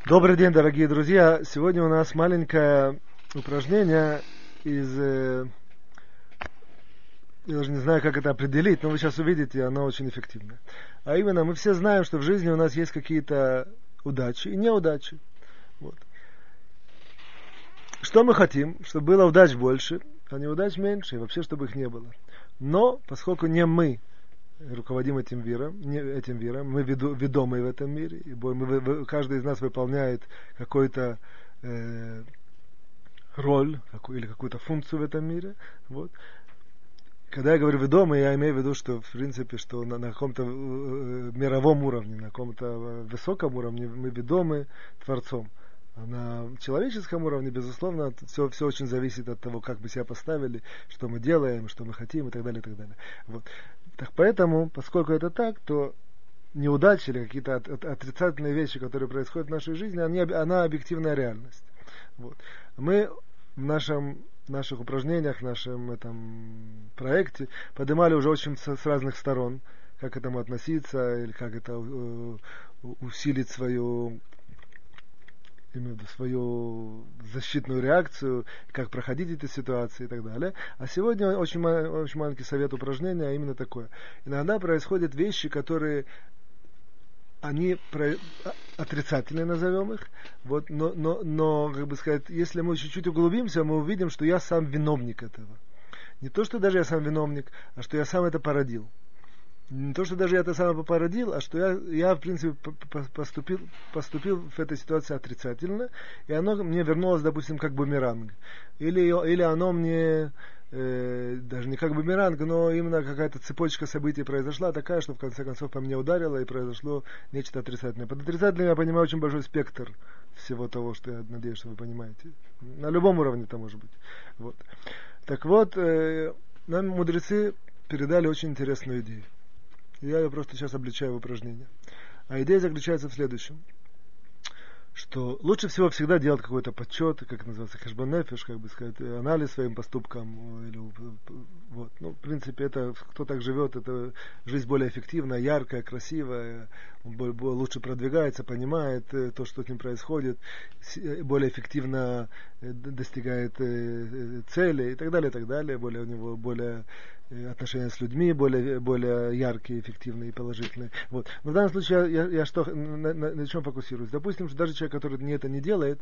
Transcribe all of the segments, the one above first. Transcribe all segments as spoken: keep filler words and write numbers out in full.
Добрый день, дорогие друзья. Сегодня у нас маленькое упражнение из... э, Я даже не знаю, как это определить, но вы сейчас увидите, оно очень эффективное. А именно, мы все знаем, что в жизни у нас есть какие-то удачи и неудачи. Вот. Что мы хотим? Чтобы было удач больше, а неудач меньше, и вообще, чтобы их не было. Но, поскольку не мы руководим этим миром, не этим миром, мы веду, ведомые в этом мире, и мы, каждый из нас выполняет какой-то э, роль какую, или какую-то функцию в этом мире. Вот. Когда я говорю ведомые, я имею в виду, что в принципе, что на, на каком-то э, мировом уровне, на каком-то высоком уровне мы ведомы Творцом. А на человеческом уровне, безусловно, все, все очень зависит от того, как мы себя поставили, что мы делаем, что мы хотим и так далее, и так далее. Вот. Так поэтому, поскольку это так, то неудачи или какие-то от, от, отрицательные вещи, которые происходят в нашей жизни, они, она объективная реальность. Вот. Мы в нашем, наших упражнениях, в нашем этом проекте поднимали уже очень с, с разных сторон, как к этому относиться, или как это э, усилить свою, имею в виду, свою защитную реакцию, как проходить эти ситуации и так далее. А сегодня очень, очень маленький совет упражнения, а именно такое. Иногда происходят вещи, которые они про... отрицательные, назовем их, вот, но, но, но, как бы сказать, если мы чуть-чуть углубимся, мы увидим, что я сам виновник этого. Не то, что даже я сам виновник, а что я сам это породил. Не то, что даже я это сам породил, а что я, я в принципе, поступил, поступил в этой ситуации отрицательно, и оно мне вернулось, допустим, как бумеранг. Или, или оно мне, э, даже не как бумеранг, но именно какая-то цепочка событий произошла такая, что в конце концов по мне ударило, и произошло нечто отрицательное. Под отрицательным я понимаю очень большой спектр всего того, что я надеюсь, что вы понимаете. На любом уровне это может быть. Вот. Так вот, э, нам мудрецы передали очень интересную идею. Я ее просто сейчас обличаю в упражнение. А идея заключается в следующем. Что лучше всего всегда делать какой-то подсчет, как это называется, хэшбон нефеш, как бы сказать, анализ своим поступкам. Или, вот. Ну, в принципе, это, кто так живет, это жизнь более эффективная, яркая, красивая, он лучше продвигается, понимает то, что с ним происходит, более эффективно достигает цели и так далее, и так далее, более у него более отношения с людьми более, более яркие, эффективные и положительные. Вот. Но в данном случае я, я, я что, на, на, на чем фокусируюсь? Допустим, что даже человек, который не это не делает,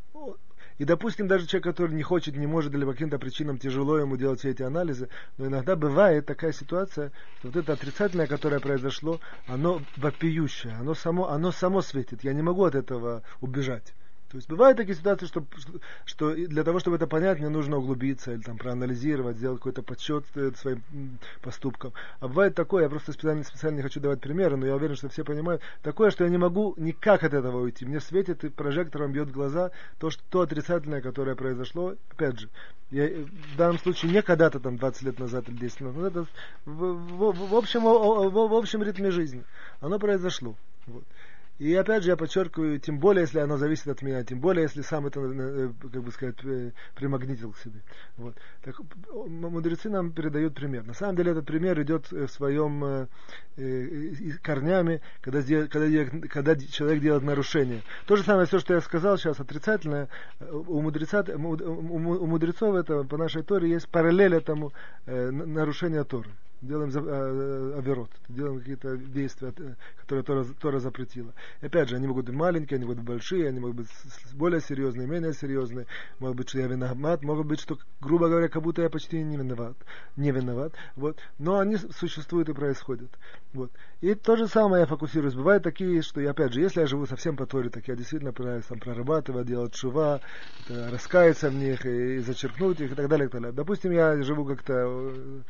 и допустим, даже человек, который не хочет, не может или по каким-то причинам тяжело ему делать все эти анализы, но иногда бывает такая ситуация, что вот это отрицательное, которое произошло, оно вопиющее, оно само, оно само светит, я не могу от этого убежать. То есть бывают такие ситуации, что, что для того, чтобы это понять, мне нужно углубиться или там проанализировать, сделать какой-то подсчет своим поступкам. А бывает такое, я просто специально, специально не хочу давать примеры, но я уверен, что все понимают, такое, что я не могу никак от этого уйти. Мне светит и прожектором бьет в глаза то, что, то отрицательное, которое произошло. Опять же, я, в данном случае не когда-то там двадцать лет назад или десять лет назад, это в, в, в, в, общем, в, в, в общем ритме жизни. Оно произошло. Вот. И опять же я подчеркиваю, тем более, если оно зависит от меня, тем более, если сам это, как бы сказать, примагнитил к себе. Вот. Так, мудрецы нам передают пример. На самом деле этот пример идет в своем э, корнями, когда, когда, когда человек делает нарушение. То же самое, все, что я сказал сейчас, отрицательное, у, мудреца, у мудрецов это, по нашей Торе, есть параллель этому э, нарушению Торы. Делаем э, аверот, делаем какие-то действия, которые Тора, Тора запретила. И опять же, они могут быть маленькие, они могут быть большие, они могут быть более серьезные, менее серьезные. Может быть, что я виноват, может быть, что, грубо говоря, как будто я почти не виноват. Не виноват. Вот. Но они существуют и происходят. Вот. И то же самое я фокусируюсь. Бывают такие, что я, опять же, если я живу совсем по Торе, так я действительно пытаюсь там прорабатывать, делать шува, раскаяться в них и, и зачеркнуть их и так далее, и так далее. Допустим, я живу как-то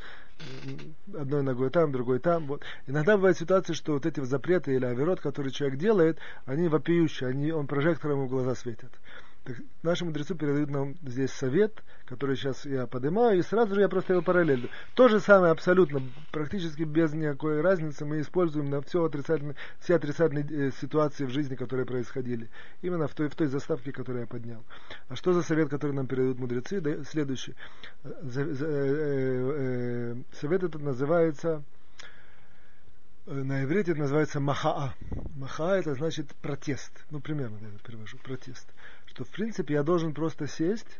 одной ногой там, другой там. Вот. Иногда бывают ситуации, что вот эти запреты или аверот, которые человек делает, они вопиющие, они, он прожектором ему в глаза светит. Так, наши мудрецы передают нам здесь совет, который сейчас я поднимаю, и сразу же я просто его параллелю. То же самое абсолютно, практически без никакой разницы мы используем на все отрицательные, все отрицательные э, ситуации в жизни, которые происходили. Именно в той, в той заставке, которую я поднял. А что за совет, который нам передают мудрецы? Да, следующий. За, за, э, э, совет этот называется На иврите это называется махаа. Махаа это значит протест. Ну, примерно я это перевожу. Протест. Что в принципе я должен просто сесть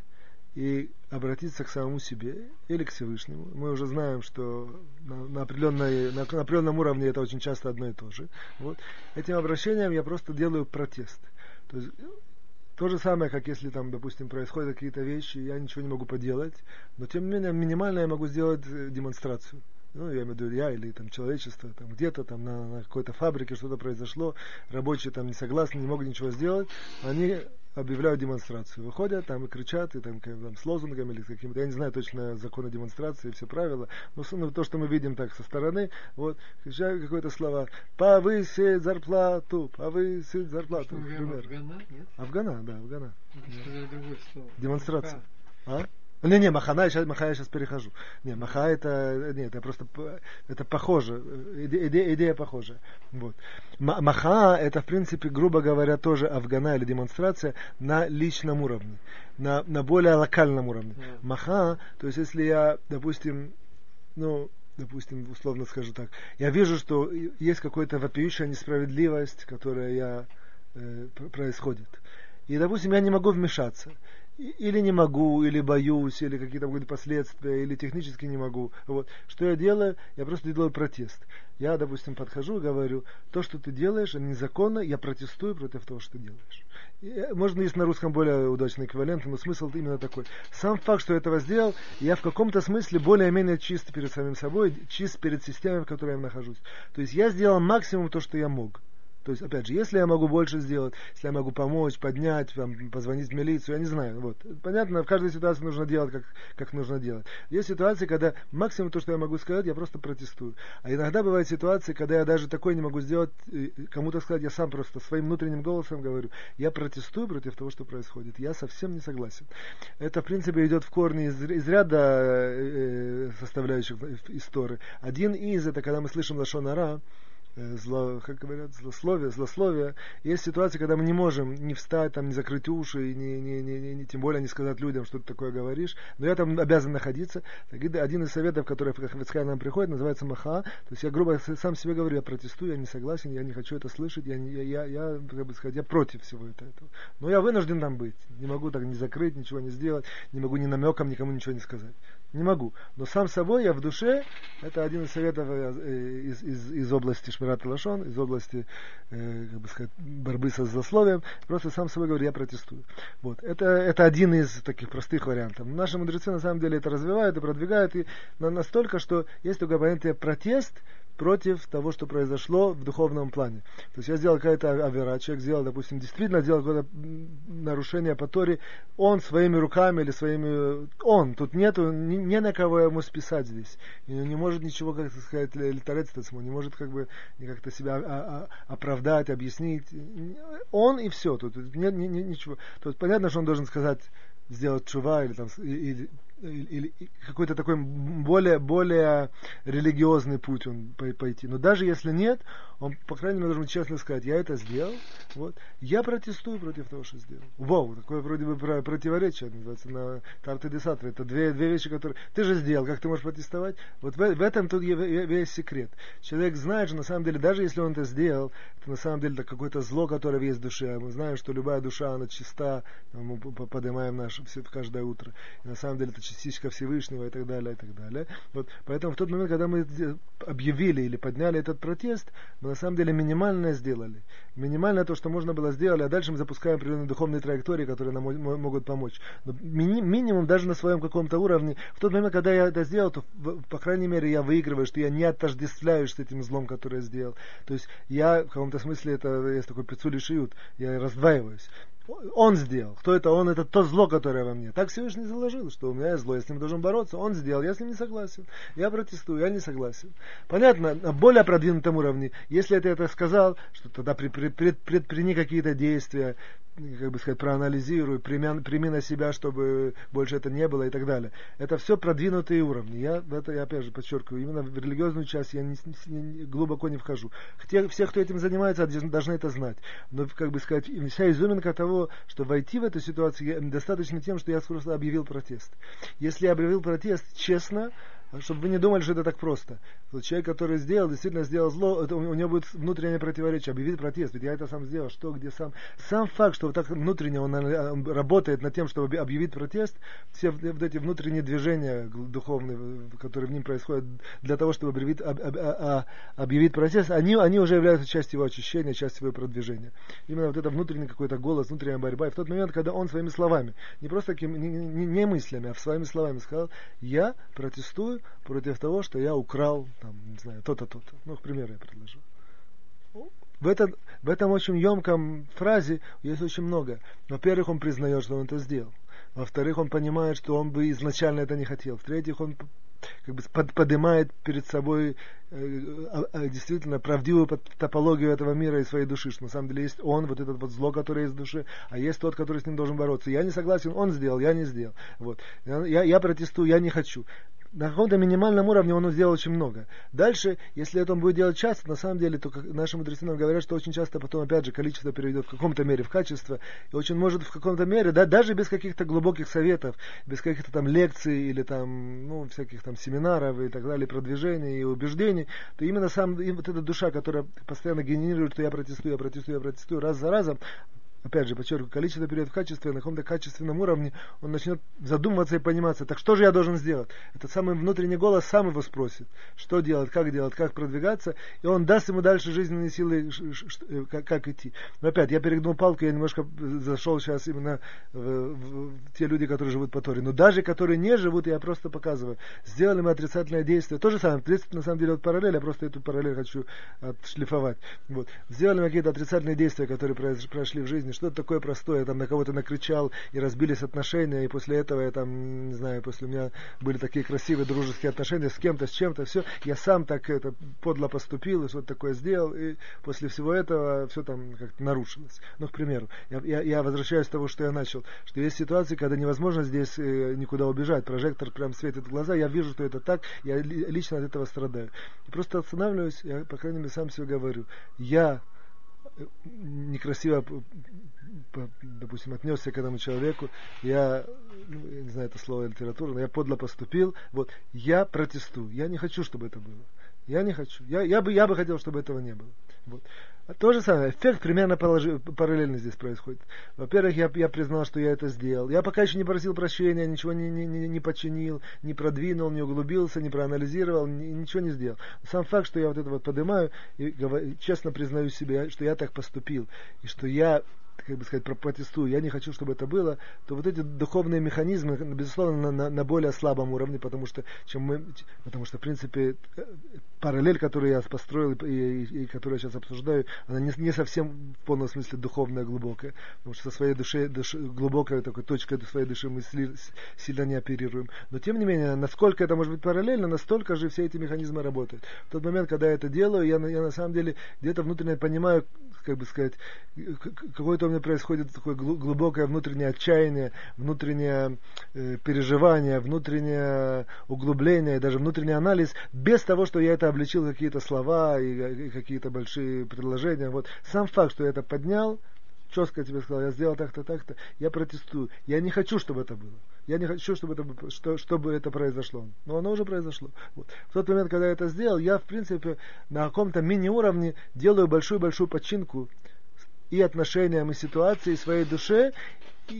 и обратиться к самому себе или к Всевышнему. Мы уже знаем, что на, на, определенной, на, на определенном уровне это очень часто одно и то же. Вот. Этим обращением я просто делаю протест. То есть, то же самое, как если там, допустим, происходят какие-то вещи, я ничего не могу поделать, но тем не менее минимально я могу сделать демонстрацию. Ну, я имею в виду я или там человечество, там где-то там на, на какой-то фабрике что-то произошло, рабочие там не согласны, не могут ничего сделать, они объявляют демонстрацию, выходят там и кричат, и там, там с лозунгами или с какими-то, я не знаю точно законы демонстрации, все правила, но ну, то, что мы видим так со стороны, вот, кричат какое-то слова, повысить зарплату, повысить зарплату, например. Афгана, нет? Афгана, да, Афгана. Сказали другое слово. Демонстрация. А? Не, не, Махана, я сейчас, Маха я сейчас перехожу. Не, Маха это, нет, это просто, это похоже, идея, идея похожая. Вот. Маха это, в принципе, грубо говоря, тоже Афгана или демонстрация на личном уровне, на, на более локальном уровне. Yeah. Маха, то есть если я, допустим, ну, допустим, условно скажу так, я вижу, что есть какая-то вопиющая несправедливость, которая я, э, происходит. И, допустим, я не могу вмешаться. Или не могу, или боюсь, или какие-то будут последствия, или технически не могу. Вот. Что я делаю? Я просто делаю протест. Я, допустим, подхожу и говорю, то, что ты делаешь, незаконно, я протестую против того, что ты делаешь. И, можно, есть на русском более удачный эквивалент, но смысл именно такой. Сам факт, что я этого сделал, я в каком-то смысле более-менее чист перед самим собой, чист перед системой, в которой я нахожусь. То есть я сделал максимум то, что я мог. То есть, опять же, если я могу больше сделать, если я могу помочь, поднять, там, позвонить в милицию, я не знаю. Вот. Понятно, в каждой ситуации нужно делать, как, как нужно делать. Есть ситуации, когда максимум то, что я могу сказать, я просто протестую. А иногда бывают ситуации, когда я даже такое не могу сделать, кому-то сказать, я сам просто своим внутренним голосом говорю, я протестую против того, что происходит. Я совсем не согласен. Это, в принципе, идет в корне из, из ряда э, составляющих истории. Один из, это когда мы слышим лашон ара, зло, как говорят, злословие, злословие. Есть ситуации, когда мы не можем не встать, там, не закрыть уши, и не, не, не, не, тем более не сказать людям, что ты такое говоришь. Но я там обязан находиться. Один из советов, который в Хавицхай нам приходит, называется маха. То есть я грубо сам себе говорю, я протестую, я не согласен, я не хочу это слышать, я, я, я, я как бы сказать, я против всего этого. Но я вынужден там быть. Не могу так не закрыть, ничего не сделать, не могу ни намеком никому ничего не сказать. Не могу. Но сам собой я в душе, это один из советов из, из, из области Шмират лашон, из области, э, как бы сказать, борьбы со злословием. Просто сам собой говорю, я протестую. Вот. Это, это один из таких простых вариантов. Наши мудрецы на самом деле это развивают и продвигают и настолько, что есть такой понятие протест против того, что произошло в духовном плане. То есть я сделал какая-то авера, человек сделал, допустим, действительно сделал какое-то нарушение по Торе, он своими руками или своими... Он, тут нету, не, не на кого ему списать здесь. И не может ничего, как сказать, литарецтецму, не может как бы как-то себя а, а, оправдать, объяснить. Он и все. Тут нет ни, ни, ничего. Тут понятно, что он должен сказать, сделать чува или там... Или, или какой-то такой более, более религиозный путь он пойти. Но даже если нет, он, по крайней мере, должен честно сказать, я это сделал, вот, я протестую против того, что сделал. Вау, такое вроде бы противоречие, называется, на Тарте де Сатве. Это две, две вещи, которые ты же сделал, как ты можешь протестовать? Вот в, в этом тут весь секрет. Человек знает, что на самом деле, даже если он это сделал, это на самом деле это какое-то зло, которое есть в душе. Мы знаем, что любая душа, она чиста, мы поднимаем наше все каждое утро. И на самом деле это частичка Всевышнего и так далее, и так далее. Вот, поэтому в тот момент, когда мы объявили или подняли этот протест, мы на самом деле минимальное сделали. Минимальное то, что можно было сделать, а дальше мы запускаем определенные духовные траектории, которые нам могут помочь. Но мини- минимум даже на своем каком-то уровне, в тот момент, когда я это сделал, то, по крайней мере, я выигрываю, что я не отождествляюсь с этим злом, который я сделал. То есть я, в каком-то смысле, это есть такой пиццули шиют, я раздваиваюсь. Он сделал. Кто это он? Это то зло, которое во мне. Так Всевышний заложил, что у меня есть зло, я с ним должен бороться. Он сделал, я с ним не согласен. Я протестую, я не согласен. Понятно, на более продвинутом уровне, если ты это сказал, что тогда предприни какие-то действия, как бы сказать, проанализируй, прими, прими на себя, чтобы больше это не было и так далее. Это все продвинутые уровни. Я это, я опять же подчеркиваю, именно в религиозную часть я не, не, глубоко не вхожу. Те, все, кто этим занимается, должны это знать. Но, как бы сказать, вся изюминка того, что войти в эту ситуацию достаточно тем, что я просто объявил протест. Если я объявил протест честно, чтобы вы не думали, что это так просто. Вот человек, который сделал, действительно сделал зло, это, у него будет внутреннее противоречие, объявит протест, ведь я это сам сделал, что, где сам. Сам факт, что вот так внутренне он, он работает над тем, чтобы объявить протест, все вот эти внутренние движения духовные, которые в ним происходят, для того, чтобы объявить, об, об, об, объявить протест, они, они уже являются частью его очищения, частью его продвижения. Именно вот это внутренний какой-то голос, внутренняя борьба. И в тот момент, когда он своими словами, не просто таким, не, не, не мыслями, а своими словами сказал, я протестую против того, что я украл, там, не знаю, то-то, то-то. Ну, к примеру, я предложу. В, это, в этом очень емком фразе есть очень много. Во-первых, он признает, что он это сделал. Во-вторых, он понимает, что он бы изначально это не хотел. В-третьих, он как бы под, поднимает перед собой э, э, действительно правдивую топологию этого мира и своей души, что на самом деле есть он, вот этот вот зло, которое есть в душе, а есть тот, который с ним должен бороться. Я не согласен, он сделал, я не сделал. Вот. Я, я протестую, я не хочу. На каком-то минимальном уровне он сделал очень много. Дальше, если это он будет делать часто, на самом деле, то как наши мудрецы нам говорят, что очень часто потом, опять же, количество перейдет в каком-то мере в качество, и очень может в каком-то мере, да, даже без каких-то глубоких советов, без каких-то там лекций или там, ну, всяких там семинаров и так далее, продвижений и убеждений, то именно сам, и вот эта душа, которая постоянно генерирует, что я протестую, я протестую, я протестую, раз за разом, опять же, подчеркиваю, количество перейдет в качестве, на каком-то качественном уровне он начнет задумываться и пониматься, так что же я должен сделать? Этот самый внутренний голос сам его спросит, что делать, как делать, как продвигаться, и он даст ему дальше жизненные силы, как, как идти. Но опять, я перегнул палку, я немножко зашел сейчас именно в, в, в те люди, которые живут по Торе. Но даже которые не живут, я просто показываю, сделали мы отрицательное действие. То же самое, в принципе, на самом деле, вот параллель, я просто эту параллель хочу отшлифовать. Вот. Сделали мы какие-то отрицательные действия, которые прошли в жизни, что-то такое простое, я там на кого-то накричал, и разбились отношения, и после этого я там, не знаю, после меня были такие красивые дружеские отношения с кем-то, с чем-то, все, я сам так это подло поступил, и что-то такое сделал, и после всего этого все там как-то нарушилось. Ну, к примеру, я, я, я возвращаюсь к тому, что я начал, что есть ситуации, когда невозможно здесь э, никуда убежать, прожектор прям светит в глаза, я вижу, что это так, я ли, лично от этого страдаю. И просто останавливаюсь, я, по крайней мере, сам себе говорю, я некрасиво, допустим, отнесся к этому человеку, я, ну, я не знаю это слово литература, но я подло поступил, вот, я протестую, я не хочу, чтобы это было, я не хочу, я, я, бы, я бы хотел, чтобы этого не было. Вот. А то же самое, эффект примерно положи, параллельно здесь происходит. Во-первых, я, я признал, что я это сделал. Я пока еще не просил прощения, ничего не, не, не, не починил, не продвинул, не углубился, не проанализировал, ни, ничего не сделал. Сам факт, что я вот это вот поднимаю и говорю, честно признаю себе, что я так поступил, и что я, как бы сказать, протестую, я не хочу, чтобы это было, то вот эти духовные механизмы, безусловно, на, на, на более слабом уровне, потому что, чем мы, потому что, в принципе, параллель, которую я построил и, и, и которую я сейчас обсуждаю, она не, не совсем в полном смысле духовная, глубокая, потому что со своей души, души глубокой такой точкой своей души мы сильно не оперируем. Но, тем не менее, насколько это может быть параллельно, настолько же все эти механизмы работают. В тот момент, когда я это делаю, я, я на самом деле где-то внутренне понимаю, как бы сказать, какое-то у меня происходит такое глубокое внутреннее отчаяние, внутреннее э, переживание, внутреннее углубление, даже внутренний анализ, без того, что я это обличил в какие-то слова и, и какие-то большие предложения. Вот. Сам факт, что я это поднял, четко тебе сказал, я сделал так-то, так-то, я протестую. Я не хочу, чтобы это было. Я не хочу, чтобы это, что, чтобы это произошло. Но оно уже произошло. Вот. В тот момент, когда я это сделал, я, в принципе, на каком-то мини-уровне делаю большую-большую починку и отношениям, и ситуации, и своей душе, и,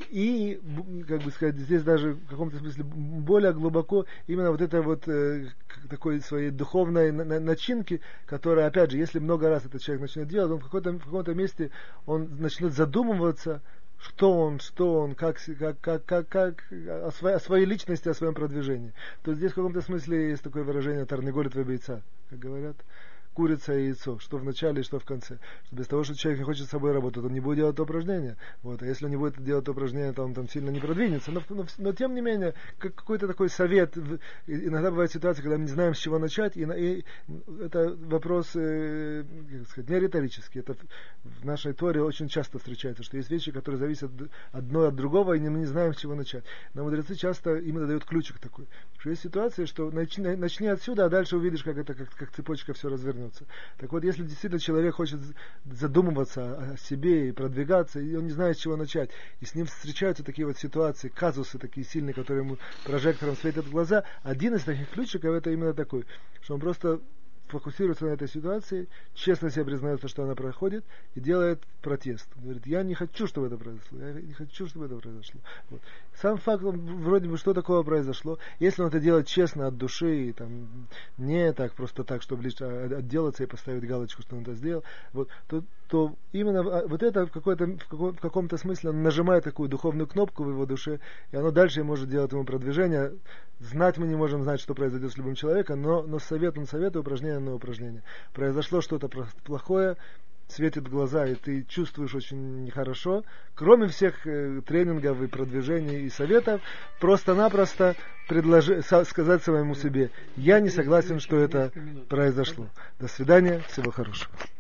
и, как бы сказать, здесь даже в каком-то смысле более глубоко именно вот это вот э, такой своей духовной на, на, начинки, которая, опять же, если много раз этот человек начнет делать, он в каком-то, в каком-то месте он начнет задумываться, что он, что он, как, как, как, как, как о, своей, о своей личности, о своем продвижении. То здесь в каком-то смысле есть такое выражение «тарнеголит вебейца», как говорят. Курица и яйцо, что в начале и что в конце. Что без того, что человек не хочет с собой работать, он не будет делать это упражнение. Вот. А если он не будет делать это упражнение, то он там сильно не продвинется. Но, но, но тем не менее, как, какой-то такой совет. Иногда бывает ситуация, когда мы не знаем, с чего начать. И, и это вопрос, э, как сказать, не риторический. Это в нашей Торе очень часто встречается, что есть вещи, которые зависят одно от другого, и мы не знаем, с чего начать. Но мудрецы часто именно дают ключик такой. Что есть ситуация, что начни, начни отсюда, а дальше увидишь, как это, как, как цепочка все развернется. вернется. Так вот, если действительно человек хочет задумываться о себе и продвигаться, и он не знает, с чего начать, и с ним встречаются такие вот ситуации, казусы такие сильные, которые ему прожектором светят в глаза, один из таких ключиков это именно такой, что он просто фокусируется на этой ситуации, честно себе признается, что она проходит, и делает протест. Он говорит, я не хочу, чтобы это произошло. Я не хочу, чтобы это произошло. Вот. Сам факт, вроде бы, что такого произошло. Если он это делает честно, от души, и, там, не так, просто так, чтобы лишь отделаться и поставить галочку, что он это сделал, вот, то, то именно вот это в, какой-то, в, каком, в каком-то смысле он нажимает такую духовную кнопку в его душе, и оно дальше может делать ему продвижение. Знать мы не можем знать, что произойдет с любым человеком, но, но совет на совет, упражнение на упражнение. Произошло что-то плохое, светит в глаза, и ты чувствуешь очень нехорошо. Кроме всех э, тренингов и продвижений и советов, просто-напросто предложи, со, сказать самому себе, я не согласен, что это произошло. До свидания, всего хорошего.